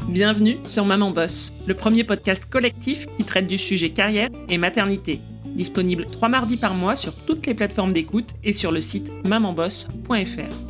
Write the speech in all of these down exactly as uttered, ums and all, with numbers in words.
Bienvenue sur Maman Boss, le premier podcast collectif qui traite du sujet carrière et maternité. Disponible trois mardis par mois sur toutes les plateformes d'écoute et sur le site maman boss point f r.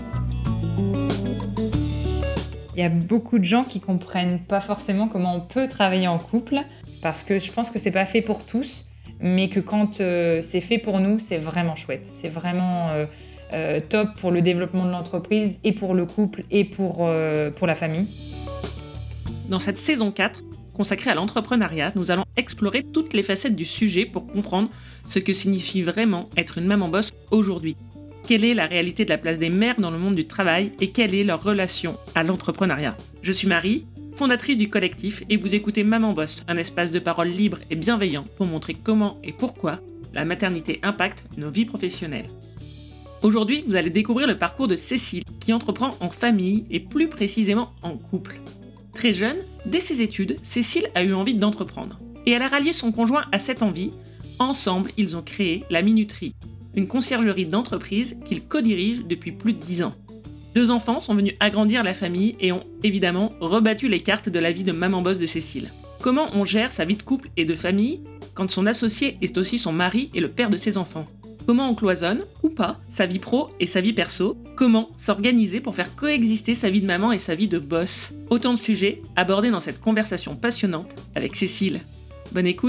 Il y a beaucoup de gens qui comprennent pas forcément comment on peut travailler en couple, parce que je pense que c'est pas fait pour tous, mais que quand euh, c'est fait pour nous, c'est vraiment chouette. C'est vraiment euh, euh, top pour le développement de l'entreprise et pour le couple et pour, euh, pour la famille. Dans cette saison quatre, consacrée à l'entrepreneuriat, nous allons explorer toutes les facettes du sujet pour comprendre ce que signifie vraiment être une maman boss aujourd'hui. Quelle est la réalité de la place des mères dans le monde du travail et quelle est leur relation à l'entrepreneuriat. Je suis Marie, fondatrice du collectif, et vous écoutez Maman Boss, un espace de parole libre et bienveillant pour montrer comment et pourquoi la maternité impacte nos vies professionnelles. Aujourd'hui, vous allez découvrir le parcours de Cécile, qui entreprend en famille et plus précisément en couple. Très jeune, dès ses études, Cécile a eu envie d'entreprendre. Et elle a rallié son conjoint à cette envie. Ensemble, ils ont créé La Minuterie, une conciergerie d'entreprise qu'ils co-dirigent depuis plus de dix ans. Deux enfants sont venus agrandir la famille et ont évidemment rebattu les cartes de la vie de maman boss de Cécile. Comment on gère sa vie de couple et de famille quand son associé est aussi son mari et le père de ses enfants ? Comment on cloisonne, ou pas, sa vie pro et sa vie perso ? Comment s'organiser pour faire coexister sa vie de maman et sa vie de boss ? Autant de sujets abordés dans cette conversation passionnante avec Cécile. Bonne écoute !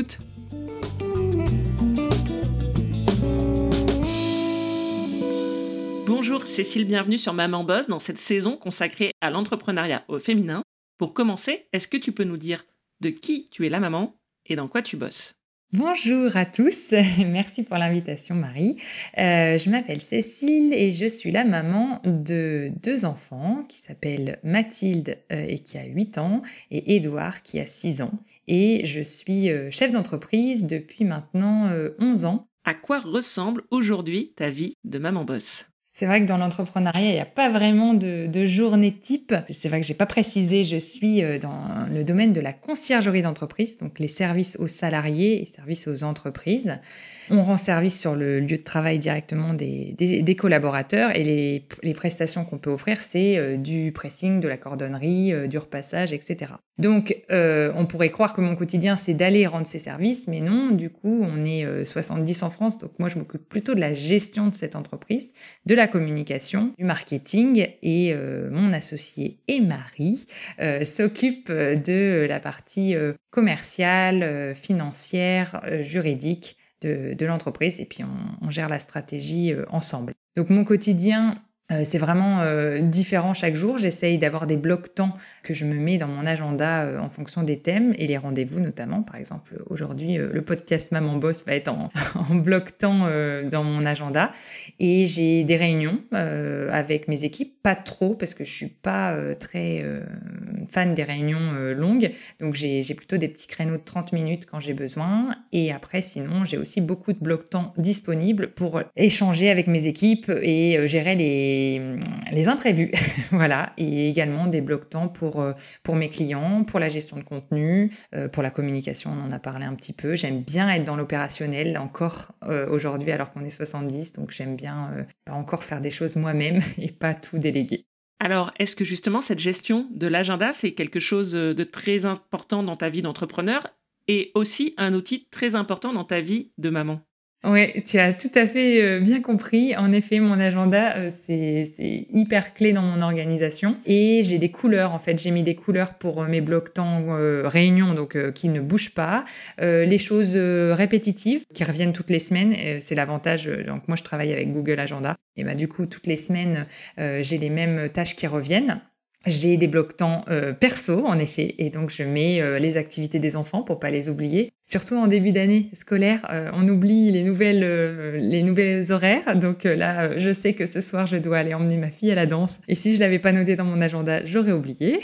Bonjour Cécile, bienvenue sur Maman Boss dans cette saison consacrée à l'entrepreneuriat au féminin. Pour commencer, est-ce que tu peux nous dire de qui tu es la maman et dans quoi tu bosses ? Bonjour à tous, merci pour l'invitation Marie. Euh, je m'appelle Cécile et je suis la maman de deux enfants qui s'appellent Mathilde euh, et qui a huit ans et Édouard qui a six ans. Et je suis euh, chef d'entreprise depuis maintenant euh, onze ans. À quoi ressemble aujourd'hui ta vie de maman boss ? C'est vrai que dans l'entrepreneuriat, il n'y a pas vraiment de, de journée type. C'est vrai que je n'ai pas précisé, je suis dans le domaine de la conciergerie d'entreprise, donc les services aux salariés et services aux entreprises. On rend service sur le lieu de travail directement des, des, des collaborateurs et les, les prestations qu'on peut offrir, c'est euh, du pressing, de la cordonnerie, euh, du repassage, et cetera. Donc, euh, on pourrait croire que mon quotidien, c'est d'aller rendre ces services, mais non, du coup, on est euh, soixante-dix en France, donc moi, je m'occupe plutôt de la gestion de cette entreprise, de la communication, du marketing, et euh, mon associé et mari euh, s'occupe de la partie euh, commerciale, euh, financière, euh, juridique, De, de l'entreprise et puis on, on gère la stratégie euh, ensemble. Donc mon quotidien, euh, c'est vraiment euh, différent chaque jour. J'essaye d'avoir des blocs-temps que je me mets dans mon agenda euh, en fonction des thèmes et les rendez-vous notamment. Par exemple, aujourd'hui, euh, le podcast Maman Boss va être en, en bloc-temps euh, dans mon agenda. Et j'ai des réunions euh, avec mes équipes, pas trop parce que je suis pas euh, très euh, fan des réunions euh, longues. Donc j'ai, j'ai plutôt des petits créneaux de trente minutes quand j'ai besoin. Et après, sinon, j'ai aussi beaucoup de blocs-temps disponibles pour échanger avec mes équipes et euh, gérer les les imprévus, voilà, et également des blocs-temps pour, pour mes clients, pour la gestion de contenu, pour la communication, on en a parlé un petit peu. J'aime bien être dans l'opérationnel encore euh, aujourd'hui alors qu'on est soixante-dix, donc j'aime bien euh, encore faire des choses moi-même et pas tout déléguer. Alors, est-ce que justement cette gestion de l'agenda, c'est quelque chose de très important dans ta vie d'entrepreneur et aussi un outil très important dans ta vie de maman ? Oui, tu as tout à fait euh, bien compris. En effet, mon agenda, euh, c'est, c'est hyper clé dans mon organisation. Et j'ai des couleurs, en fait. J'ai mis des couleurs pour euh, mes blocs-temps euh, réunions, donc euh, qui ne bougent pas. Euh, les choses euh, répétitives, qui reviennent toutes les semaines. Euh, c'est l'avantage. Euh, donc moi, je travaille avec Google Agenda. Et bah, du coup, toutes les semaines, euh, j'ai les mêmes tâches qui reviennent. J'ai des blocs-temps euh, perso, en effet, et donc je mets euh, les activités des enfants pour pas les oublier. Surtout en début d'année scolaire, euh, on oublie les nouvelles, euh, les nouvelles horaires. Donc euh, là, euh, je sais que ce soir, je dois aller emmener ma fille à la danse. Et si je l'avais pas noté dans mon agenda, j'aurais oublié.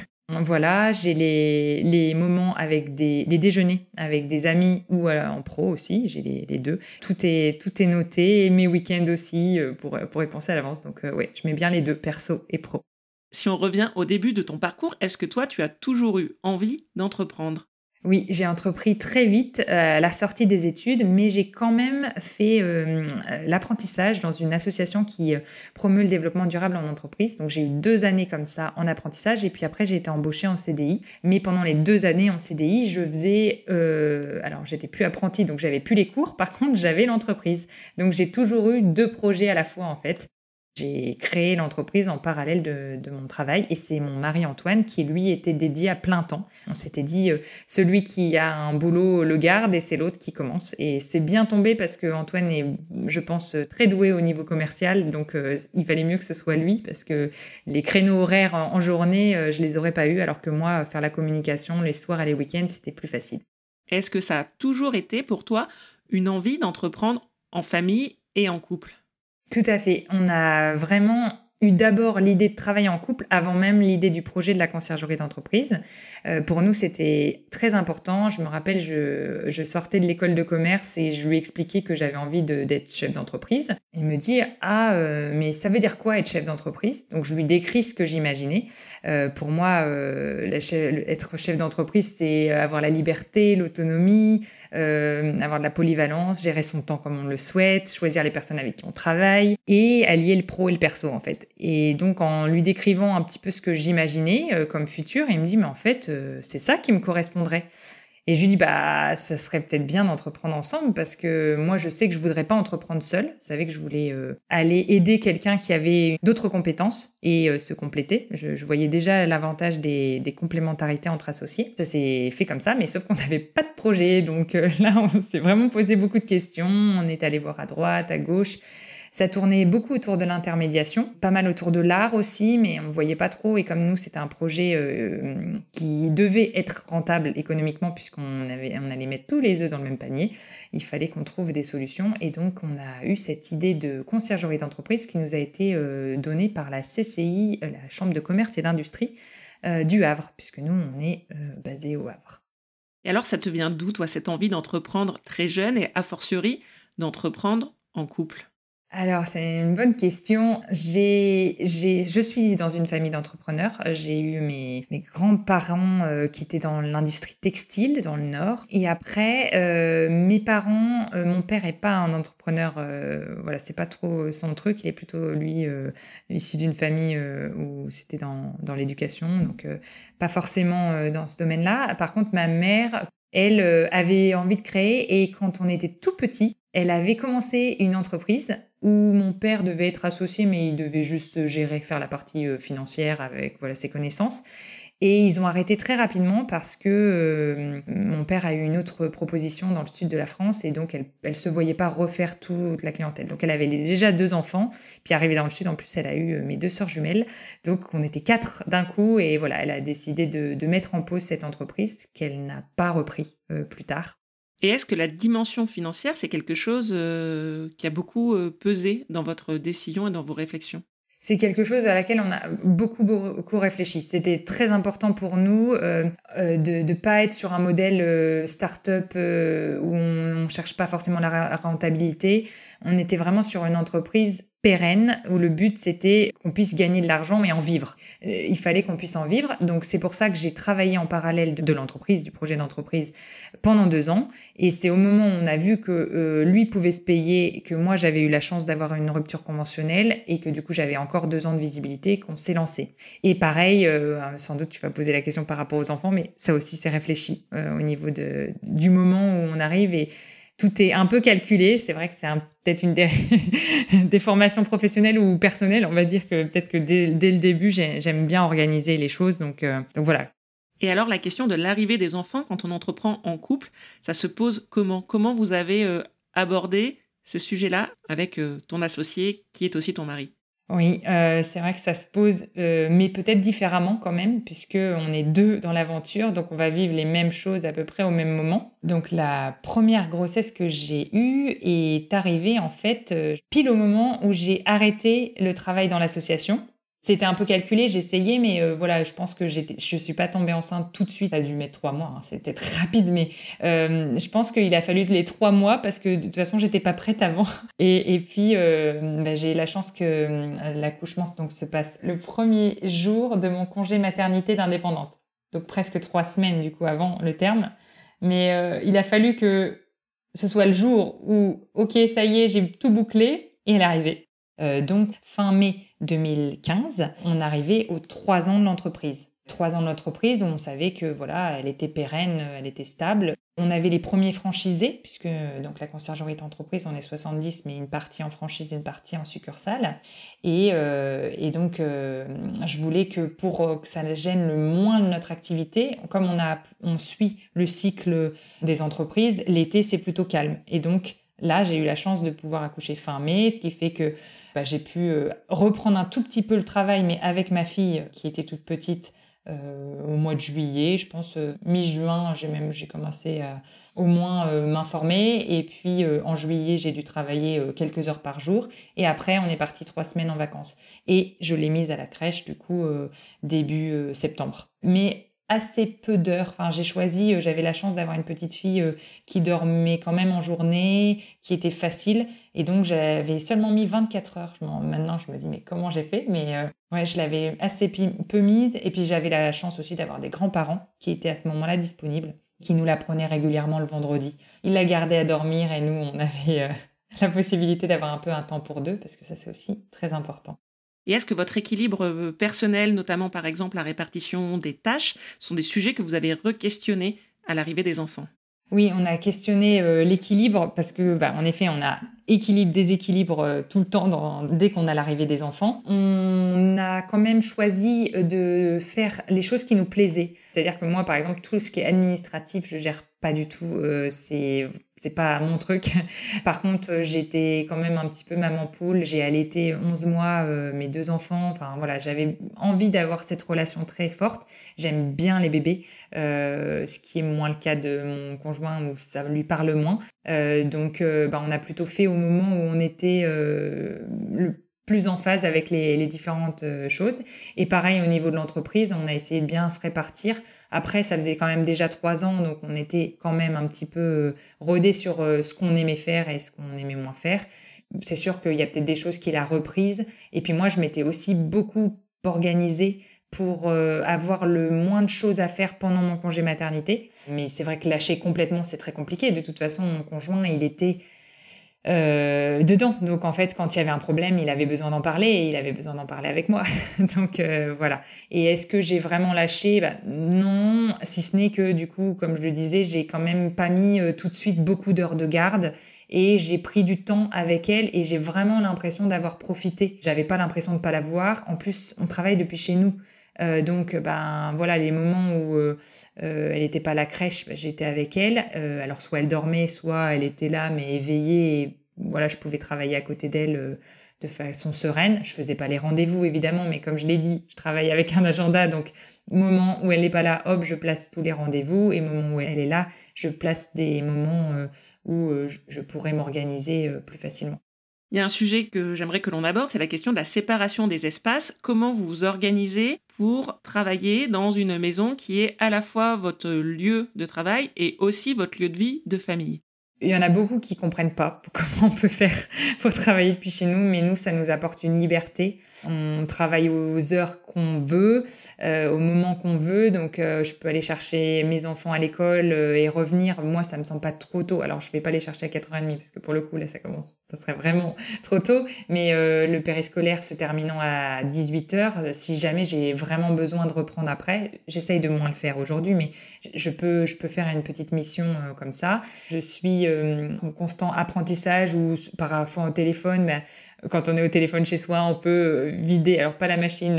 Voilà, j'ai les, les moments avec des les déjeuners avec des amis ou euh, en pro aussi, j'ai les, les deux. Tout est tout est noté, et mes week-ends aussi euh, pour pour y penser à l'avance. Donc euh, ouais, je mets bien les deux, perso et pro. Si on revient au début de ton parcours, est-ce que toi, tu as toujours eu envie d'entreprendre ? Oui, j'ai entrepris très vite, heu, à la sortie des études, mais j'ai quand même fait, hem, l'apprentissage dans une association qui, heu, promeut le développement durable en entreprise. Donc j'ai eu deux années comme ça en apprentissage et puis après j'ai été embauchée en C D I. Mais pendant les deux années en C D I, je faisais, heu, alors j'étais plus apprentie, donc j'avais plus les cours. Par contre, j'avais l'entreprise. Donc j'ai toujours eu deux projets à la fois, en fait. J'ai créé l'entreprise en parallèle de de mon travail et c'est mon mari Antoine qui, lui, était dédié à plein temps. On s'était dit, heu: «Celui qui a un boulot le garde et c'est l'autre qui commence» et c'est bien tombé parce qu'Antoine est, je pense, très doué au niveau commercial donc heu, il valait mieux que ce soit lui parce que les créneaux horaires en en journée, heu, je les aurais pas eus alors que moi, faire la communication les soirs et les week-ends, c'était plus facile. Est-ce que ça a toujours été pour toi une envie d'entreprendre en famille et en couple? Tout à fait. On a vraiment eu d'abord l'idée de travailler en couple avant même l'idée du projet de la conciergerie d'entreprise. Heu, pour nous, c'était très important. Je me rappelle, je je sortais de l'école de commerce et je lui expliquais que j'avais envie de d'être chef d'entreprise. Il me dit: «Ah, heu, mais ça veut dire quoi être chef d'entreprise?» Donc je lui décris ce que j'imaginais. Heu, pour moi, heu, la che être chef d'entreprise, c'est avoir la liberté, l'autonomie, heu, avoir de la polyvalence, gérer son temps comme on le souhaite, choisir les personnes avec qui on travaille et allier le pro et le perso, en fait. Et donc en lui décrivant un petit peu ce que j'imaginais, heu, comme futur, il me dit: «Mais en fait, heu, c'est ça qui me correspondrait». Et je lui dis: «Bah, ça serait peut-être bien d'entreprendre ensemble parce que moi, je sais que je voudrais pas entreprendre seule». Je savais que je voulais, heu, aller aider quelqu'un qui avait d'autres compétences et heu, se compléter. Je je voyais déjà l'avantage des des complémentarités entre associés. Ça s'est fait comme ça, mais sauf qu'on n'avait pas de projet donc heu, là, on s'est vraiment posé beaucoup de questions. On est allé voir à droite, à gauche. Ça tournait beaucoup autour de l'intermédiation, pas mal autour de l'art aussi, mais on ne voyait pas trop. Et comme nous, c'était un projet euh, qui devait être rentable économiquement, puisqu'on avait, on allait mettre tous les œufs dans le même panier, il fallait qu'on trouve des solutions. Et donc, on a eu cette idée de conciergerie d'entreprise qui nous a été euh, donnée par la C C I, euh, la Chambre de commerce et d'industrie euh, du Havre, puisque nous, on est euh, basé au Havre. Et alors, ça te vient d'où, toi, cette envie d'entreprendre très jeune et a fortiori d'entreprendre en couple? Alors, c'est une bonne question. J'ai j'ai je suis dans une famille d'entrepreneurs. J'ai eu mes mes grands-parents, heu, qui étaient dans l'industrie textile dans le Nord et après, heu, mes parents, heu, mon père est pas un entrepreneur, heu, voilà, c'est pas trop son truc. Il est plutôt lui, heu, issu d'une famille, heu, où c'était dans dans l'éducation, donc heu, pas forcément, heu, dans ce domaine-là. Par contre, ma mère, elle, heu, avait envie de créer et quand on était tout petit, elle avait commencé une entreprise où mon père devait être associé, mais il devait juste gérer, faire la partie, heu, financière avec, voilà, ses connaissances et ils ont arrêté très rapidement parce que, hem, mon père a eu une autre proposition dans le sud de la France et donc elle elle se voyait pas refaire toute la clientèle. Donc elle avait les déjà deux enfants, puis arrivée dans le sud, en plus, elle a eu, heu, mes deux sœurs jumelles. Donc on était quatre d'un coup et voilà, elle a décidé de de mettre en pause cette entreprise qu'elle n'a pas repris, heu, plus tard. Et est-ce que la dimension financière, c'est quelque chose euh, qui a beaucoup euh, pesé dans votre décision et dans vos réflexions? C'est quelque chose à laquelle on a beaucoup, beaucoup réfléchi. C'était très important pour nous euh, euh, de ne pas être sur un modèle euh, start-up euh, où on ne cherche pas forcément la ra- rentabilité. On était vraiment sur une entreprise pérenne où le but c'était qu'on puisse gagner de l'argent mais en vivre. Euh, il fallait qu'on puisse en vivre. Donc c'est pour ça que j'ai travaillé en parallèle de, de l'entreprise, du projet d'entreprise pendant deux ans. Et c'est au moment où on a vu que euh, lui pouvait se payer, que moi j'avais eu la chance d'avoir une rupture conventionnelle et que du coup j'avais encore deux ans de visibilité qu'on s'est lancé. Et pareil, euh, sans doute tu vas poser la question par rapport aux enfants, mais ça aussi c'est réfléchi euh, au niveau de, du moment où on arrive et tout est un peu calculé. C'est vrai que c'est un, peut-être une des, des formations professionnelles ou personnelles. On va dire que peut-être que dès, dès le début, j'ai, j'aime bien organiser les choses. Donc, euh, donc voilà. Et alors, la question de l'arrivée des enfants quand on entreprend en couple, ça se pose comment? Comment vous avez euh, abordé ce sujet-là avec euh, ton associé qui est aussi ton mari? Oui, heu, c'est vrai que ça se pose, heu, mais peut-être différemment quand même puisque on est deux dans l'aventure, donc on va vivre les mêmes choses à peu près au même moment. Donc la première grossesse que j'ai eue est arrivée en fait, heu, pile au moment où j'ai arrêté le travail dans l'association. C'était un peu calculé, j'essayais, mais heu, voilà, je pense que j'étais je suis pas tombée enceinte tout de suite. Ça a dû mettre trois mois, hein, c'était très rapide, mais hem, je pense qu'il a fallu les trois mois parce que de toute façon, j'étais pas prête avant. Et, et puis, euh, bah, j'ai la chance que euh, l'accouchement donc, se passe le premier jour de mon congé maternité d'indépendante. donc presque trois semaines du coup avant le terme. Mais euh, il a fallu que ce soit le jour où, ok, ça y est, j'ai tout bouclé, et elle est arrivée. Euh, donc, fin mai deux mille quinze, on arrivait aux trois ans de l'entreprise. Trois ans de l'entreprise où on savait que voilà, elle était pérenne, elle était stable. On avait les premiers franchisés, puisque donc la conciergerie d'entreprise, on est soixante-dix, mais une partie en franchise, une partie en succursale. Et, euh, et donc, euh, je voulais que pour que ça gêne le moins notre activité, comme on, a, on suit le cycle des entreprises, l'été, c'est plutôt calme. Et donc, là, j'ai eu la chance de pouvoir accoucher fin mai, ce qui fait que bah, j'ai pu euh, reprendre un tout petit peu le travail, mais avec ma fille qui était toute petite, Euh, au mois de juillet, je pense euh, mi-juin, j'ai même j'ai commencé à au moins euh, m'informer, et puis euh, en juillet j'ai dû travailler euh, quelques heures par jour, et après on est parti trois semaines en vacances et je l'ai mise à la crèche du coup euh, début euh, septembre. Mais assez peu d'heures. Enfin, j'ai choisi, euh, j'avais la chance d'avoir une petite fille euh, qui dormait quand même en journée, qui était facile, et donc j'avais seulement mis vingt-quatre heures. Je maintenant, je me dis, mais comment j'ai fait? Mais euh, ouais, je l'avais assez pi- peu mise, et puis j'avais la chance aussi d'avoir des grands-parents qui étaient à ce moment-là disponibles, qui nous la prenaient régulièrement le vendredi. Ils la gardaient à dormir, et nous, on avait euh, la possibilité d'avoir un peu un temps pour deux, parce que ça, c'est aussi très important. Et est-ce que votre équilibre personnel, notamment par exemple la répartition des tâches, sont des sujets que vous avez re-questionnés à l'arrivée des enfants? Oui, on a questionné euh, l'équilibre parce que, bah, en effet, on a équilibre, déséquilibre euh, tout le temps dans, dès qu'on a l'arrivée des enfants. On a quand même choisi de faire les choses qui nous plaisaient. C'est-à-dire que moi, par exemple, tout ce qui est administratif, je gère pas du tout. Euh, c'est c'est pas mon truc. Par contre, j'étais quand même un petit peu maman poule. J'ai allaité onze mois euh, mes deux enfants. Enfin voilà, j'avais envie d'avoir cette relation très forte. J'aime bien les bébés, euh, ce qui est moins le cas de mon conjoint où ça lui parle moins. Euh, donc, euh, bah, on a plutôt fait au moment où on était euh, le plus en phase avec les, les différentes euh, choses. Et pareil, au niveau de l'entreprise, on a essayé de bien se répartir. Après, ça faisait quand même déjà trois ans, donc on était quand même un petit peu euh, rodés sur euh, ce qu'on aimait faire et ce qu'on aimait moins faire. C'est sûr qu'il y a peut-être des choses qu'il a reprises. Et puis moi, je m'étais aussi beaucoup organisée pour euh, avoir le moins de choses à faire pendant mon congé maternité. Mais c'est vrai que lâcher complètement, c'est très compliqué. De toute façon, mon conjoint, il était euh, dedans. Donc en fait, quand il y avait un problème, il avait besoin d'en parler et il avait besoin d'en parler avec moi. Donc euh, voilà. Et est-ce que j'ai vraiment lâché? Bah, non, si ce n'est que du coup, comme je le disais, j'ai quand même pas mis euh, tout de suite beaucoup d'heures de garde. Et j'ai pris du temps avec elle et j'ai vraiment l'impression d'avoir profité. J'avais pas l'impression de pas la voir. En plus, on travaille depuis chez nous. Euh, donc, ben voilà, les moments où euh, euh, elle n'était pas à la crèche, ben, j'étais avec elle. Euh, alors, soit elle dormait, soit elle était là, mais éveillée. Et voilà, je pouvais travailler à côté d'elle euh, de façon sereine. Je faisais pas les rendez-vous, évidemment, mais comme je l'ai dit, je travaille avec un agenda. Donc, moment où elle n'est pas là, hop, je place tous les rendez-vous. Et moment où elle est là, je place des moments euh, où euh, je, je pourrais m'organiser euh, plus facilement. Il y a un sujet que j'aimerais que l'on aborde, c'est la question de la séparation des espaces. Comment vous vous organisez pour travailler dans une maison qui est à la fois votre lieu de travail et aussi votre lieu de vie de famille? Il y en a beaucoup qui comprennent pas comment on peut faire pour travailler depuis chez nous, mais nous, ça nous apporte une liberté. On travaille aux heures qu'on veut, euh, au moment qu'on veut. Donc, euh, je peux aller chercher mes enfants à l'école euh, et revenir. Moi, ça me semble pas trop tôt. Alors, je vais pas les chercher à quatre heures trente parce que pour le coup, là, ça commence, ça serait vraiment trop tôt. Mais euh, le périscolaire se terminant à dix-huit heures, si jamais j'ai vraiment besoin de reprendre après, j'essaye de moins le faire aujourd'hui, mais je peux, je peux faire une petite mission euh, comme ça. Je suis euh, en constant apprentissage ou parfois au téléphone. Ben, quand on est au téléphone chez soi, on peut vider, alors pas la machine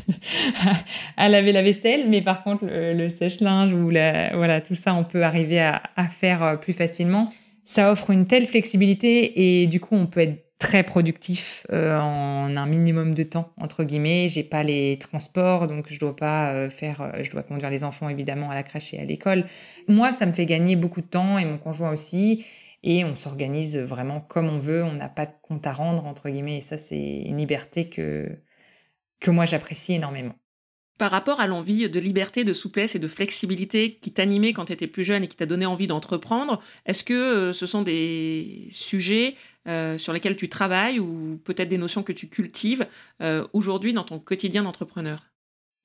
à laver la vaisselle, mais par contre le, le sèche-linge ou la, voilà, tout ça, on peut arriver à, à faire plus facilement. Ça offre une telle flexibilité et du coup, on peut être très productif euh, en un minimum de temps, entre guillemets. J'ai pas les transports, donc je dois pas euh, faire, euh, je dois conduire les enfants évidemment à la crèche et à l'école. Moi, ça me fait gagner beaucoup de temps et mon conjoint aussi. Et on s'organise vraiment comme on veut. On n'a pas de compte à rendre, entre guillemets. Et ça, c'est une liberté que, que moi, j'apprécie énormément. Par rapport à l'envie de liberté, de souplesse et de flexibilité qui t'animait quand tu étais plus jeune et qui t'a donné envie d'entreprendre, est-ce que euh, ce sont des sujets euh, sur lesquels tu travailles ou peut-être des notions que tu cultives euh, aujourd'hui dans ton quotidien d'entrepreneur?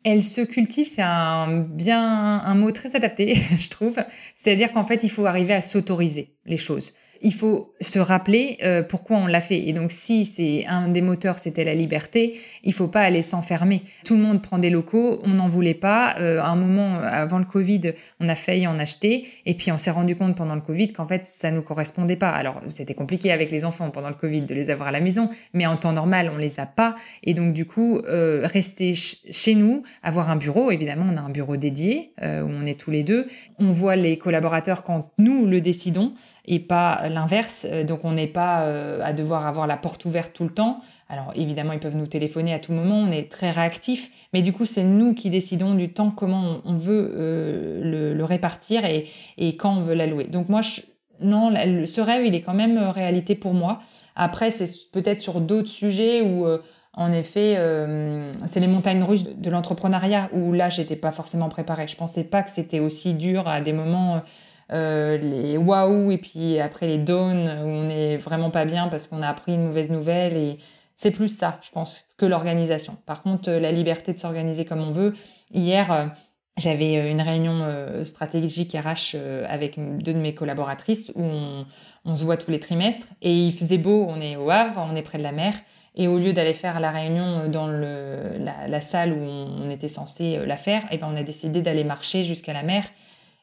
Elle se cultive, c'est un bien un mot très adapté, je trouve. C'est-à-dire qu'en fait, il faut arriver à s'autoriser les choses. Il faut se rappeler euh, pourquoi on l'a fait. Et donc, si c'est un des moteurs, c'était la liberté, il faut pas aller s'enfermer. Tout le monde prend des locaux, on n'en voulait pas. Euh, à un moment, avant le Covid, on a failli en acheter. Et puis, on s'est rendu compte pendant le Covid qu'en fait, ça nous correspondait pas. Alors, c'était compliqué avec les enfants pendant le Covid de les avoir à la maison, mais en temps normal, on les a pas. Et donc, du coup, euh, rester ch- chez nous, avoir un bureau, évidemment, on a un bureau dédié euh, où on est tous les deux. On voit les collaborateurs quand nous le décidons et pas l'inverse. Donc, on n'est pas euh, à devoir avoir la porte ouverte tout le temps. Alors, évidemment, ils peuvent nous téléphoner à tout moment. On est très réactifs. Mais du coup, c'est nous qui décidons du temps, comment on veut euh, le, le répartir et, et quand on veut l'allouer. Donc, moi, je, non, la, ce rêve, il est quand même réalité pour moi. Après, c'est peut-être sur d'autres sujets où... Euh, En effet, euh, c'est les montagnes russes de l'entrepreneuriat où là, j'étais pas forcément préparée. Je pensais pas que c'était aussi dur à des moments, euh, les waouh et puis après les downs où on est vraiment pas bien parce qu'on a appris une mauvaise nouvelle et c'est plus ça, je pense, que l'organisation. Par contre, la liberté de s'organiser comme on veut. Hier, euh, j'avais une réunion euh, stratégique R H euh, avec deux de mes collaboratrices où on, on se voit tous les trimestres et il faisait beau, on est au Havre, on est près de la mer. Et au lieu d'aller faire la réunion dans le, la, la salle où on était censé la faire, eh ben on a décidé d'aller marcher jusqu'à la mer.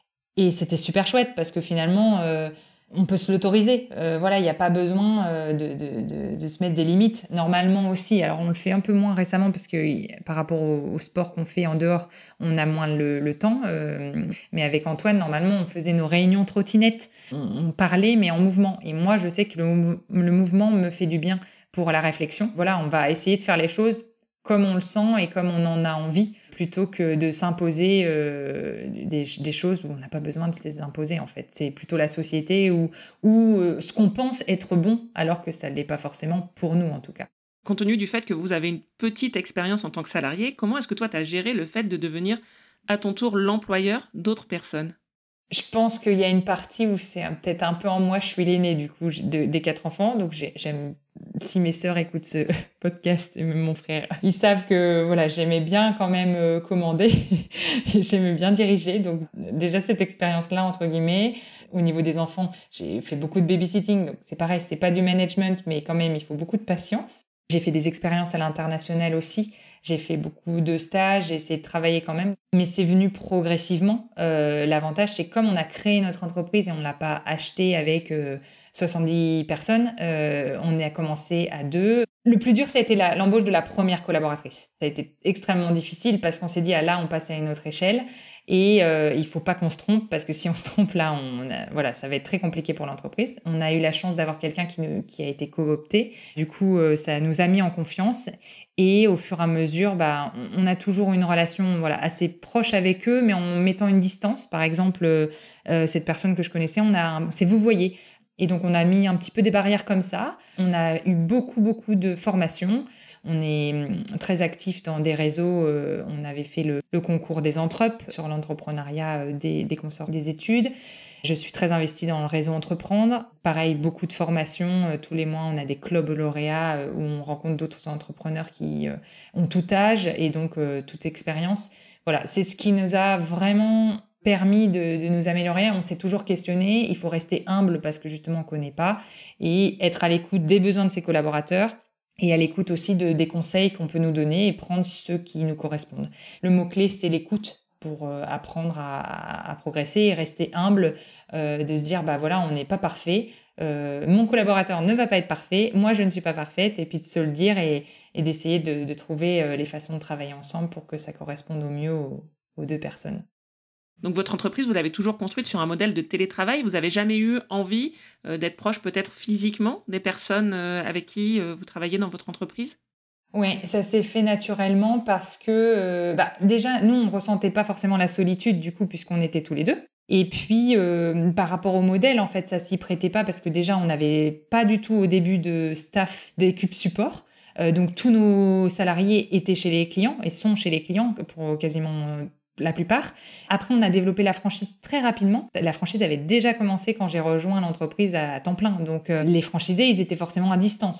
Et c'était super chouette parce que finalement, euh, on peut se l'autoriser. Euh, voilà, il n'y a pas besoin euh, de, de, de, de se mettre des limites. Normalement aussi, alors on le fait un peu moins récemment parce que par rapport au, au sport qu'on fait en dehors, on a moins le, le temps. Euh, mais avec Antoine, normalement, on faisait nos réunions trottinettes. On, on parlait, mais en mouvement. Et moi, je sais que le, le mouvement me fait du bien pour la réflexion. Voilà, on va essayer de faire les choses comme on le sent et comme on en a envie, plutôt que de s'imposer euh, des, des choses où on n'a pas besoin de se les imposer, en fait. C'est plutôt la société ou, ou euh, ce qu'on pense être bon, alors que ça ne l'est pas forcément pour nous, en tout cas. Compte tenu du fait que vous avez une petite expérience en tant que salarié, comment est-ce que toi, tu as géré le fait de devenir à ton tour l'employeur d'autres personnes ? Je pense qu'il y a une partie où c'est peut-être un peu en moi, je suis l'aînée du coup de, des quatre enfants, donc j'ai, j'aime, si mes sœurs écoutent ce podcast et même mon frère, ils savent que voilà, j'aimais bien quand même euh, commander et j'aimais bien diriger, donc déjà cette expérience-là entre guillemets, au niveau des enfants, j'ai fait beaucoup de babysitting, donc c'est pareil, c'est pas du management, mais quand même il faut beaucoup de patience. J'ai fait des expériences à l'international aussi. J'ai fait beaucoup de stages, j'ai essayé de travailler quand même. Mais c'est venu progressivement. Euh, l'avantage, c'est que comme on a créé notre entreprise et on ne l'a pas acheté avec euh, soixante-dix personnes, euh, on a commencé à deux. Le plus dur, ça a été la, l'embauche de la première collaboratrice. Ça a été extrêmement difficile parce qu'on s'est dit, ah là, on passe à une autre échelle. Et euh, il faut pas qu'on se trompe parce que si on se trompe là, on a, voilà, ça va être très compliqué pour l'entreprise. On a eu la chance d'avoir quelqu'un qui, nous, qui a été coopté. Du coup, euh, ça nous a mis en confiance. Et au fur et à mesure, bah, on, on a toujours une relation voilà, assez proche avec eux, mais en mettant une distance. Par exemple, euh, cette personne que je connaissais, on a, c'est vous voyez. Et donc, on a mis un petit peu des barrières comme ça. On a eu beaucoup, beaucoup de formations. On est très actif dans des réseaux. Euh, on avait fait le, le concours des Entrep sur l'entrepreneuriat des, des consorts des études. Je suis très investie dans le réseau Entreprendre. Pareil, beaucoup de formations. Euh, tous les mois, on a des clubs lauréats euh, où on rencontre d'autres entrepreneurs qui euh, ont tout âge et donc euh, toute expérience. Voilà, c'est ce qui nous a vraiment permis de, de nous améliorer. On s'est toujours questionné. Il faut rester humble parce que justement, on ne connaît pas et être à l'écoute des besoins de ses collaborateurs. Et à l'écoute aussi de, des conseils qu'on peut nous donner et prendre ceux qui nous correspondent. Le mot-clé, c'est l'écoute pour euh, apprendre à, à progresser et rester humble, euh, de se dire, bah voilà, on n'est pas parfait. Euh, mon collaborateur ne va pas être parfait. Moi, je ne suis pas parfaite. Et puis de se le dire et, et d'essayer de, de trouver euh, les façons de travailler ensemble pour que ça corresponde au mieux aux, aux deux personnes. Donc votre entreprise, vous l'avez toujours construite sur un modèle de télétravail. Vous n'avez jamais eu envie euh, d'être proche peut-être physiquement des personnes euh, avec qui euh, vous travaillez dans votre entreprise ? Oui, ça s'est fait naturellement parce que euh, bah, déjà, nous, on ne ressentait pas forcément la solitude du coup puisqu'on était tous les deux. Et puis, euh, par rapport au modèle, en fait, ça s'y prêtait pas parce que déjà, on n'avait pas du tout au début de staff d'équipe support. Euh, donc, tous nos salariés étaient chez les clients et sont chez les clients pour quasiment... Euh, la plupart. Après, on a développé la franchise très rapidement. La franchise avait déjà commencé quand j'ai rejoint l'entreprise à temps plein. Donc, euh, les franchisés, ils étaient forcément à distance.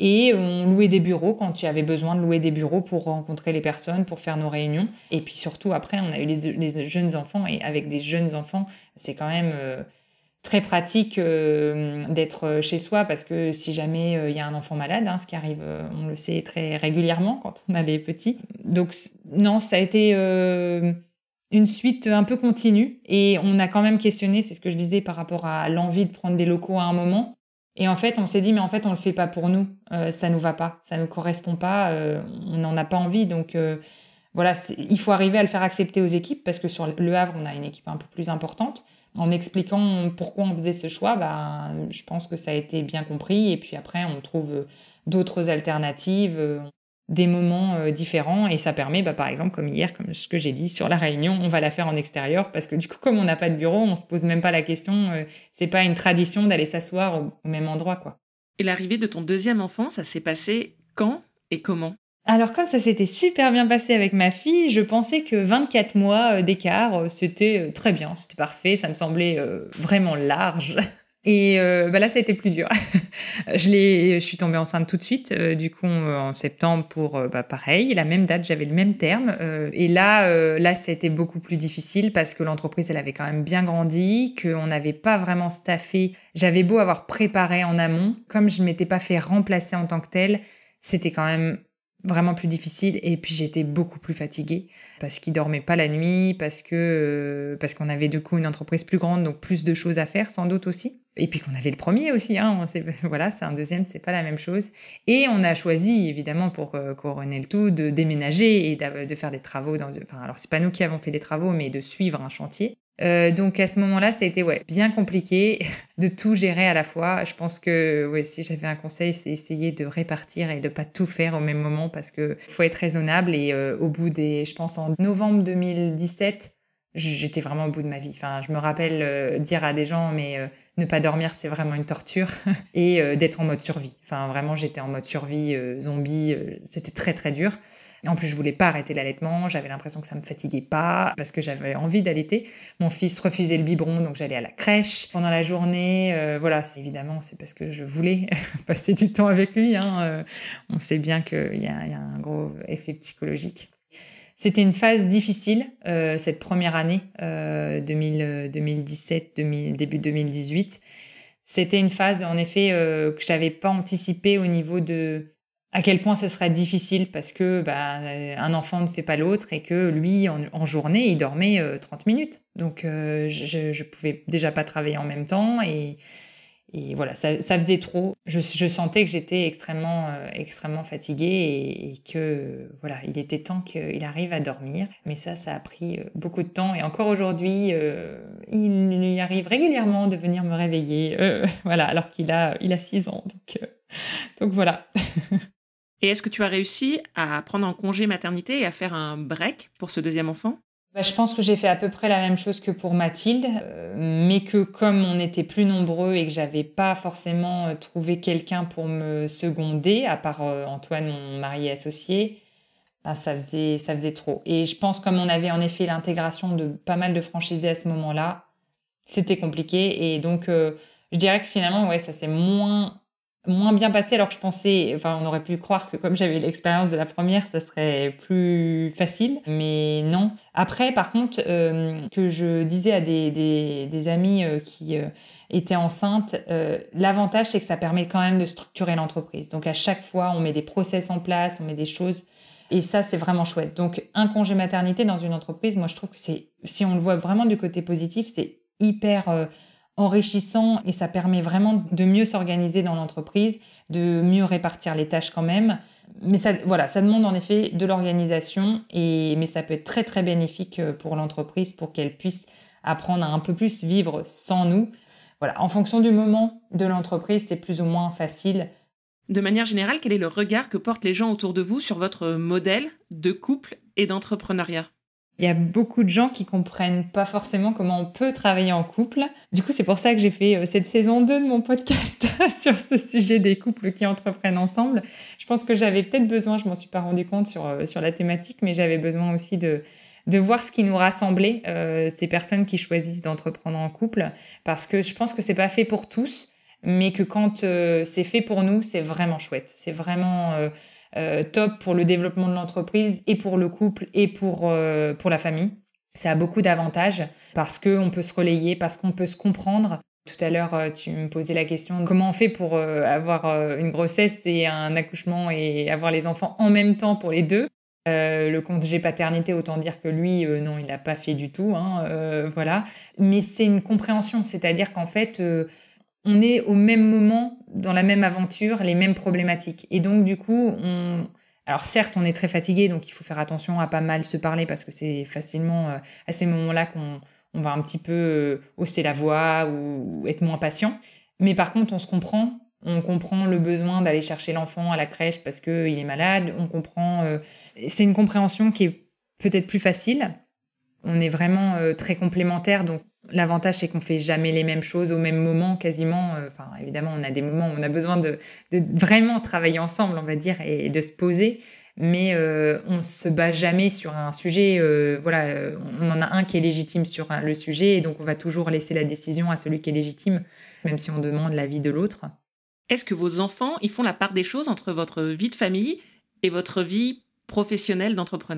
Et on louait des bureaux quand il y avait besoin de louer des bureaux pour rencontrer les personnes, pour faire nos réunions. Et puis surtout, après, on a eu les, les jeunes enfants. Et avec des jeunes enfants, c'est quand même euh, très pratique euh, d'être chez soi parce que si jamais il euh, y a un enfant malade, hein, ce qui arrive, euh, on le sait très régulièrement quand on a des petits. Donc non, ça a été euh, une suite un peu continue. Et on a quand même questionné, c'est ce que je disais par rapport à l'envie de prendre des locaux à un moment. Et en fait, on s'est dit, mais en fait, on le fait pas pour nous. Euh, ça nous va pas, ça nous correspond pas. Euh, on n'en a pas envie. Donc euh, voilà, c'est, il faut arriver à le faire accepter aux équipes parce que sur Le Havre, on a une équipe un peu plus importante. En expliquant pourquoi on faisait ce choix, bah, je pense que ça a été bien compris. Et puis après, on trouve d'autres alternatives, euh, des moments euh, différents. Et ça permet, bah, par exemple, comme hier, comme ce que j'ai dit sur la réunion, on va la faire en extérieur parce que du coup, comme on n'a pas de bureau, on se pose même pas la question. Euh, c'est pas une tradition d'aller s'asseoir au, au même endroit, quoi. Et l'arrivée de ton deuxième enfant, ça s'est passé quand et comment ? Alors comme ça s'était super bien passé avec ma fille, je pensais que vingt-quatre mois d'écart, c'était très bien, c'était parfait, ça me semblait euh, vraiment large. Et euh, bah là, ça a été plus dur. je, l'ai, je suis tombée enceinte tout de suite, euh, du coup, euh, en septembre, pour euh, bah, pareil, la même date, j'avais le même terme. Euh, et là, euh, là, ça a été beaucoup plus difficile parce que l'entreprise, elle avait quand même bien grandi, qu'on n'avait pas vraiment staffé. J'avais beau avoir préparé en amont, comme je ne m'étais pas fait remplacer en tant que telle, c'était quand même vraiment plus difficile. Et puis, j'étais beaucoup plus fatiguée parce qu'ils dormaient pas la nuit, parce que euh, parce qu'on avait du coup une entreprise plus grande, donc plus de choses à faire, sans doute aussi. Et puis qu'on avait le premier aussi, hein, on sait, voilà, c'est un deuxième, c'est pas la même chose. Et on a choisi, évidemment, pour euh, couronner le tout, de déménager et de, de faire des travaux. Dans, enfin, alors c'est pas nous qui avons fait les travaux, mais de suivre un chantier. Euh, donc à ce moment-là, ça a été ouais, bien compliqué de tout gérer à la fois. Je pense que ouais, si j'avais un conseil, c'est essayer de répartir et de pas tout faire au même moment parce que faut être raisonnable. Et euh, au bout des, je pense en novembre deux mille dix-sept, j'étais vraiment au bout de ma vie. Enfin, je me rappelle euh, dire à des gens, mais euh, ne pas dormir, c'est vraiment une torture. et euh, d'être en mode survie. Enfin, vraiment, j'étais en mode survie, euh, zombie. Euh, c'était très, très dur. Et en plus, je voulais pas arrêter l'allaitement. J'avais l'impression que ça me fatiguait pas parce que j'avais envie d'allaiter. Mon fils refusait le biberon, donc j'allais à la crèche pendant la journée. Euh, voilà, c'est, évidemment, c'est parce que je voulais passer du temps avec lui. Hein. Euh, on sait bien qu'il y a, il y a un gros effet psychologique. C'était une phase difficile, euh, cette première année, euh, deux mille, deux mille dix-sept, deux mille, début deux mille dix-huit. C'était une phase, en effet, euh, que j'avais pas anticipé au niveau de à quel point ce serait difficile parce que bah, un enfant ne fait pas l'autre et que lui, en, en journée, il dormait euh, trente minutes. Donc, euh, je, je pouvais déjà pas travailler en même temps et Et voilà, ça, ça faisait trop. Je, je sentais que j'étais extrêmement, euh, extrêmement fatiguée et, et que voilà, il était temps qu'il arrive à dormir. Mais ça, ça a pris beaucoup de temps. Et encore aujourd'hui, euh, il lui arrive régulièrement de venir me réveiller. Euh, voilà, alors qu'il a, il a six ans. Donc, euh, donc voilà. Et est-ce que tu as réussi à prendre un congé maternité et à faire un break pour ce deuxième enfant ? Bah, je pense que j'ai fait à peu près la même chose que pour Mathilde, euh, mais que comme on était plus nombreux et que j'avais pas forcément euh, trouvé quelqu'un pour me seconder, à part euh, Antoine, mon mari associé, bah, ça faisait, ça faisait trop. Et je pense comme on avait en effet l'intégration de pas mal de franchisés à ce moment-là, c'était compliqué. Et donc, euh, je dirais que finalement, ouais, ça s'est moins moins bien passé alors que je pensais, enfin on aurait pu croire que comme j'avais l'expérience de la première ça serait plus facile, mais non. Après par contre euh, que je disais à des, des, des amis euh, qui euh, étaient enceintes, euh, l'avantage c'est que ça permet quand même de structurer l'entreprise, donc à chaque fois on met des process en place, on met des choses et ça c'est vraiment chouette. Donc un congé maternité dans une entreprise, moi je trouve que c'est, si on le voit vraiment du côté positif, c'est hyper euh, enrichissant et ça permet vraiment de mieux s'organiser dans l'entreprise, de mieux répartir les tâches quand même. Mais ça, voilà, ça demande en effet de l'organisation, et, mais ça peut être très très bénéfique pour l'entreprise pour qu'elle puisse apprendre à un peu plus vivre sans nous. Voilà, en fonction du moment de l'entreprise, c'est plus ou moins facile. De manière générale, quel est le regard que portent les gens autour de vous sur votre modèle de couple et d'entrepreneuriat ? Il y a beaucoup de gens qui comprennent pas forcément comment on peut travailler en couple. Du coup, c'est pour ça que j'ai fait cette saison deux de mon podcast sur ce sujet des couples qui entreprennent ensemble. Je pense que j'avais peut-être besoin, je m'en suis pas rendu compte sur, sur la thématique, mais j'avais besoin aussi de, de voir ce qui nous rassemblait, euh, ces personnes qui choisissent d'entreprendre en couple, parce que je pense que c'est pas fait pour tous. mais que quand euh, c'est fait pour nous, c'est vraiment chouette. C'est vraiment euh, euh, top pour le développement de l'entreprise et pour le couple et pour, euh, pour la famille. Ça a beaucoup d'avantages parce qu'on peut se relayer, parce qu'on peut se comprendre. Tout à l'heure, euh, tu me posais la question comment on fait pour euh, avoir euh, une grossesse et un accouchement et avoir les enfants en même temps pour les deux. Euh, le congé paternité, autant dire que lui, euh, non, il l'a pas fait du tout. Hein, euh, voilà. Mais c'est une compréhension, c'est-à-dire qu'en fait, euh, on est au même moment, dans la même aventure, les mêmes problématiques. Et donc, du coup, on... alors certes, on est très fatigué, donc il faut faire attention à pas mal se parler parce que c'est facilement euh, à ces moments-là qu'on on va un petit peu euh, hausser la voix ou, ou être moins patient. Mais par contre, on se comprend. On comprend le besoin d'aller chercher l'enfant à la crèche parce qu'il est malade. On comprend... Euh... C'est une compréhension qui est peut-être plus facile. On est vraiment euh, très complémentaires, donc l'avantage, c'est qu'on fait jamais les mêmes choses au même moment, quasiment. Enfin, euh, évidemment, on a des moments où on a besoin de, de vraiment travailler ensemble, on va dire, et, et de se poser. Mais euh, on se bat jamais sur un sujet. Euh, voilà, euh, on en a un qui est légitime sur un, le sujet, et donc on va toujours laisser la décision à celui qui est légitime, même si on demande l'avis de l'autre. Est-ce que vos enfants, ils font la part des choses entre votre vie de famille et votre vie professionnelle d'entrepreneur ?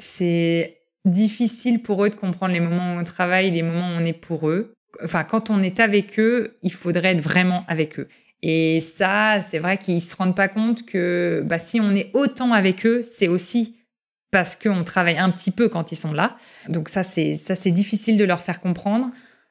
C'est difficile pour eux de comprendre les moments où on travaille, les moments où on est pour eux. Enfin, quand on est avec eux, il faudrait être vraiment avec eux. Et ça, c'est vrai qu'ils se rendent pas compte que bah, si on est autant avec eux, c'est aussi parce qu'on travaille un petit peu quand ils sont là. Donc ça, c'est, ça, c'est difficile de leur faire comprendre.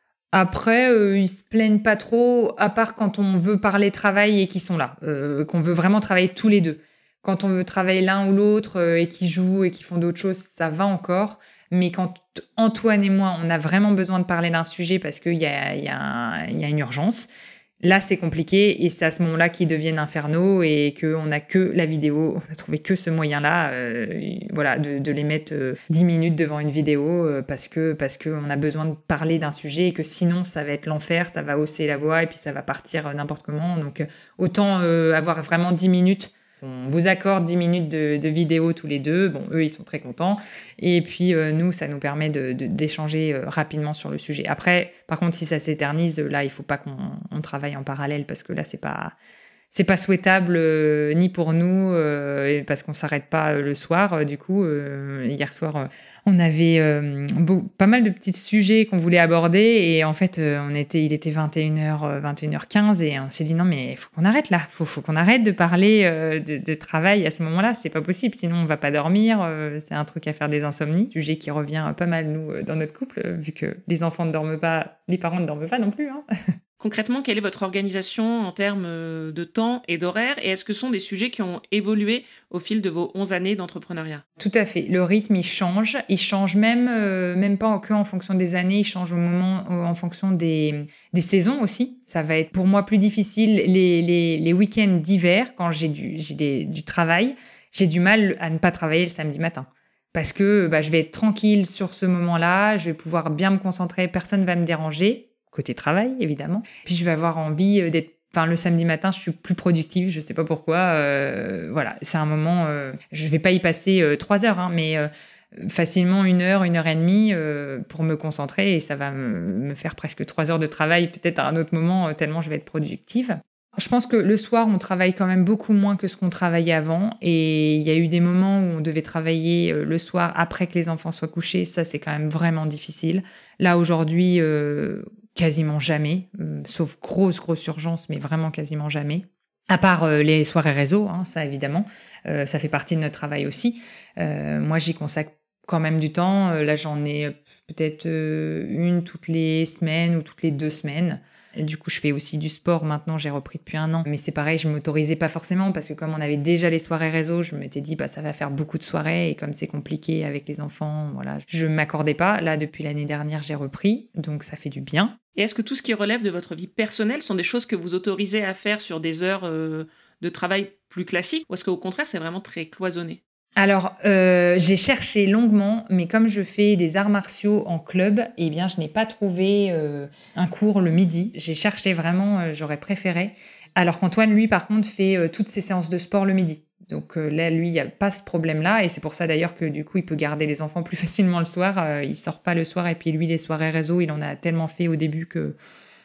Après, euh, ils se plaignent pas trop, à part quand on veut parler travail et qu'ils sont là, euh, qu'on veut vraiment travailler tous les deux. Quand on veut travailler l'un ou l'autre euh, et qu'ils jouent et qu'ils font d'autres choses, ça va encore. Mais quand Antoine et moi, on a vraiment besoin de parler d'un sujet parce qu'il y a, il y a, un, il y a une urgence, là, c'est compliqué et c'est à ce moment-là qu'ils deviennent infernaux et qu'on n'a que la vidéo. On a trouvé que ce moyen-là, euh, voilà, de, de les mettre euh, dix minutes devant une vidéo euh, parce que parce qu'on a besoin de parler d'un sujet et que sinon, ça va être l'enfer, ça va hausser la voix et puis ça va partir euh, n'importe comment. Donc, euh, autant euh, avoir vraiment dix minutes. On vous accorde dix minutes de, de vidéo tous les deux. Bon, eux, ils sont très contents. Et puis, euh, nous, ça nous permet de, de, d'échanger euh, rapidement sur le sujet. Après, par contre, si ça s'éternise, là, il faut pas qu'on on travaille en parallèle parce que là, c'est pas... C'est pas souhaitable euh, ni pour nous euh, parce qu'on s'arrête pas euh, le soir. Euh, du coup, euh, hier soir, euh, on avait euh, beau, pas mal de petits sujets qu'on voulait aborder et en fait, euh, on était, il était vingt et une heures, vingt et une heures quinze et on s'est dit non mais il faut qu'on arrête là, faut, faut qu'on arrête de parler euh, de, de travail à ce moment-là. C'est pas possible, sinon on va pas dormir. Euh, c'est un truc à faire des insomnies, sujet qui revient pas mal nous dans notre couple euh, vu que les enfants ne dorment pas, les parents ne dorment pas non plus. Hein. Concrètement, quelle est votre organisation en termes de temps et d'horaire et est-ce que ce sont des sujets qui ont évolué au fil de vos onze années d'entrepreneuriat ? Tout à fait. Le rythme, il change. Il change même, euh, même pas que en fonction des années, il change au moment, en fonction des, des saisons aussi. Ça va être pour moi plus difficile les, les, les week-ends d'hiver, quand j'ai, du, j'ai des, du travail. J'ai du mal à ne pas travailler le samedi matin. Parce que bah, je vais être tranquille sur ce moment-là, je vais pouvoir bien me concentrer, personne ne va me déranger. Côté travail, évidemment. Puis je vais avoir envie d'être... Enfin, le samedi matin, je suis plus productive, je sais pas pourquoi. Euh, voilà, c'est un moment... Euh, je vais pas y passer euh, trois heures, hein, mais euh, facilement une heure, une heure et demie euh, pour me concentrer et ça va me, me faire presque trois heures de travail, peut-être à un autre moment, euh, tellement je vais être productive. Je pense que le soir, on travaille quand même beaucoup moins que ce qu'on travaillait avant. Et il y a eu des moments où on devait travailler le soir après que les enfants soient couchés. Ça, c'est quand même vraiment difficile. Là, aujourd'hui... Euh, quasiment jamais, euh, sauf grosse, grosse urgence, mais vraiment quasiment jamais. À part euh, les soirées réseau, hein, ça évidemment, euh, ça fait partie de notre travail aussi. Euh, moi, j'y consacre quand même du temps. Euh, là, j'en ai peut-être euh, une toutes les semaines ou toutes les deux semaines. Et du coup, je fais aussi du sport maintenant, j'ai repris depuis un an. Mais c'est pareil, je ne m'autorisais pas forcément parce que comme on avait déjà les soirées réseau, je m'étais dit bah ça va faire beaucoup de soirées et comme c'est compliqué avec les enfants, voilà, je ne m'accordais pas. Là, depuis l'année dernière, j'ai repris, donc ça fait du bien. Et est-ce que tout ce qui relève de votre vie personnelle sont des choses que vous autorisez à faire sur des heures euh, de travail plus classiques ou est-ce qu'au contraire, c'est vraiment très cloisonné ? Alors, euh, j'ai cherché longuement, mais comme je fais des arts martiaux en club, eh bien, je n'ai pas trouvé euh, un cours le midi. J'ai cherché vraiment, euh, j'aurais préféré. Alors qu'Antoine, lui, par contre, fait euh, toutes ses séances de sport le midi. Donc euh, là, lui, il n'y a pas ce problème-là. Et c'est pour ça, d'ailleurs, que du coup, il peut garder les enfants plus facilement le soir. Euh, il sort pas le soir. Et puis lui, les soirées réseau, il en a tellement fait au début que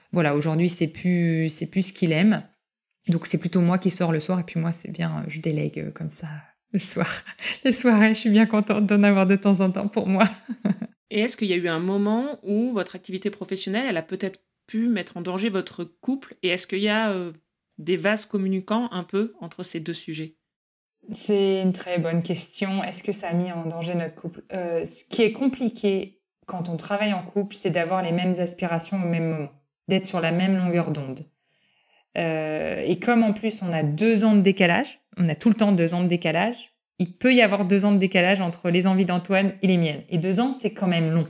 voilà, aujourd'hui, c'est plus, c'est plus ce qu'il aime. Donc, c'est plutôt moi qui sors le soir. Et puis moi, c'est bien, je délègue euh, comme ça le soir. Les soirées, je suis bien contente d'en avoir de temps en temps pour moi. Et est-ce qu'il y a eu un moment où votre activité professionnelle, elle a peut-être pu mettre en danger votre couple? Et est-ce qu'il y a euh, des vases communicants un peu entre ces deux sujets? C'est une très bonne question. Est-ce que ça a mis en danger notre couple? euh, Ce qui est compliqué quand on travaille en couple, c'est d'avoir les mêmes aspirations au même moment, d'être sur la même longueur d'onde. Euh, et comme en plus on a deux ans de décalage, on a tout le temps deux ans de décalage, il peut y avoir deux ans de décalage entre les envies d'Antoine et les miennes. Et deux ans, c'est quand même long.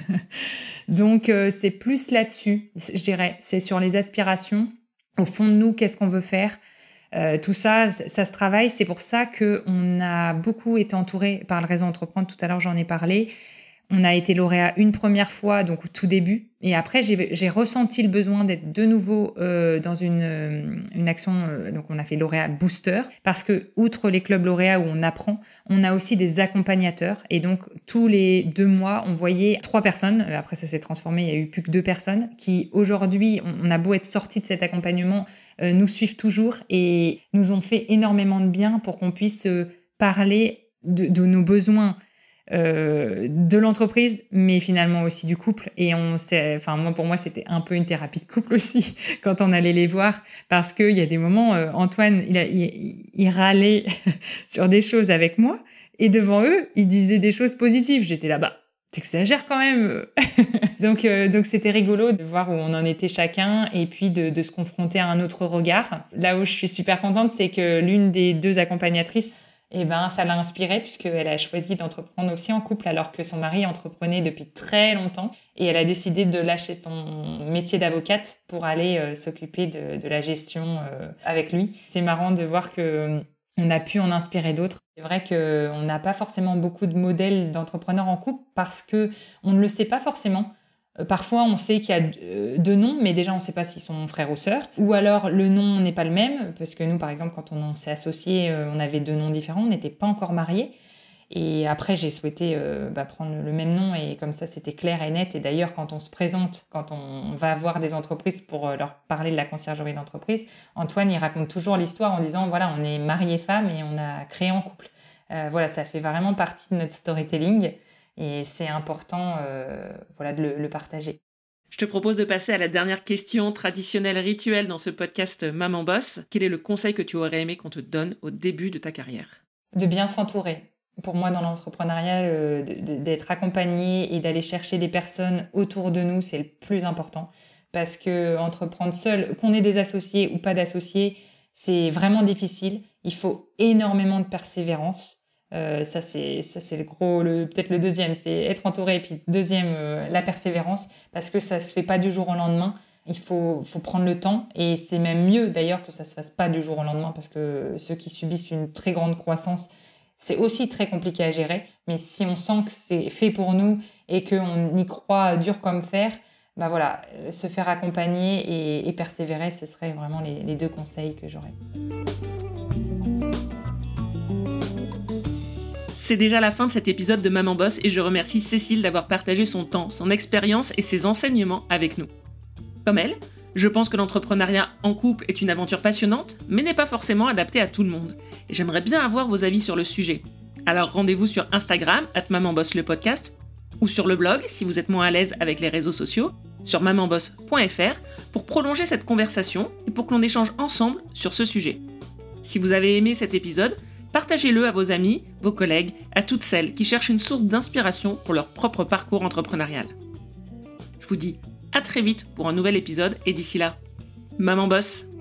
Donc, euh, c'est plus là-dessus, je dirais. C'est sur les aspirations. Au fond de nous, qu'est-ce qu'on veut faire? euh, Tout ça, ça se travaille. C'est pour ça qu'on a beaucoup été entouré par le réseau Entreprendre. Tout à l'heure, j'en ai parlé. On a été lauréat une première fois, donc au tout début. Et après, j'ai, j'ai ressenti le besoin d'être de nouveau euh, dans une, euh, une action. Euh, donc, on a fait lauréat booster. Parce que, outre les clubs lauréats où on apprend, on a aussi des accompagnateurs. Et donc, tous les deux mois, on voyait trois personnes. Après, ça s'est transformé. Il n'y a eu plus que deux personnes qui, aujourd'hui, on, on a beau être sortis de cet accompagnement, euh, nous suivent toujours et nous ont fait énormément de bien pour qu'on puisse euh, parler de, de nos besoins. Euh, de l'entreprise, mais finalement aussi du couple. Et on s'est, enfin moi pour moi c'était un peu une thérapie de couple aussi quand on allait les voir, parce que il y a des moments, euh, Antoine il, a, il, il râlait sur des choses avec moi, et devant eux il disait des choses positives. J'étais là, bah t'exagères quand même. donc euh, donc c'était rigolo de voir où on en était chacun, et puis de, de se confronter à un autre regard. Là où je suis super contente, c'est que l'une des deux accompagnatrices, eh ben, ça l'a inspirée puisqu'elle a choisi d'entreprendre aussi en couple alors que son mari entreprenait depuis très longtemps, et elle a décidé de lâcher son métier d'avocate pour aller euh, s'occuper de, de la gestion euh, avec lui. C'est marrant de voir que euh, on a pu en inspirer d'autres. C'est vrai qu'on n'a pas forcément beaucoup de modèles d'entrepreneurs en couple parce que on ne le sait pas forcément. Parfois, on sait qu'il y a deux noms, mais déjà, on ne sait pas s'ils sont frères ou sœurs. Ou alors, le nom n'est pas le même, parce que nous, par exemple, quand on s'est associés, on avait deux noms différents, on n'était pas encore mariés. Et après, j'ai souhaité euh, bah, prendre le même nom, et comme ça, c'était clair et net. Et d'ailleurs, quand on se présente, quand on va voir des entreprises pour leur parler de la conciergerie d'entreprise, Antoine, il raconte toujours l'histoire en disant, voilà, on est mariés-femmes et on a créé en couple. Euh, voilà, ça fait vraiment partie de notre storytelling. Et c'est important euh, voilà, de le, le partager. Je te propose de passer à la dernière question traditionnelle rituelle dans ce podcast Maman Boss. Quel est le conseil que tu aurais aimé qu'on te donne au début de ta carrière? De bien s'entourer. Pour moi, dans l'entrepreneuriat, euh, de, de, d'être accompagné et d'aller chercher des personnes autour de nous, c'est le plus important. Parce que entreprendre seul, qu'on ait des associés ou pas d'associés, c'est vraiment difficile. Il faut énormément de persévérance. Euh, ça c'est ça c'est le gros le peut-être le deuxième, c'est être entouré, et puis deuxième euh, la persévérance, parce que ça se fait pas du jour au lendemain. Il faut faut prendre le temps, et c'est même mieux d'ailleurs que ça se fasse pas du jour au lendemain, parce que ceux qui subissent une très grande croissance, c'est aussi très compliqué à gérer. Mais si on sent que c'est fait pour nous et qu'on y croit dur comme fer, bah voilà, euh, se faire accompagner et, et persévérer, ce serait vraiment les, les deux conseils que j'aurais. C'est déjà la fin de cet épisode de Maman Boss, et je remercie Cécile d'avoir partagé son temps, son expérience et ses enseignements avec nous. Comme elle, je pense que l'entrepreneuriat en couple est une aventure passionnante, mais n'est pas forcément adaptée à tout le monde. Et j'aimerais bien avoir vos avis sur le sujet. Alors rendez-vous sur Instagram, arobase maman boss le podcast, ou sur le blog si vous êtes moins à l'aise avec les réseaux sociaux, sur maman boss point f r, pour prolonger cette conversation et pour que l'on échange ensemble sur ce sujet. Si vous avez aimé cet épisode, partagez-le à vos amis, vos collègues, à toutes celles qui cherchent une source d'inspiration pour leur propre parcours entrepreneurial. Je vous dis à très vite pour un nouvel épisode, et d'ici là, Maman Boss!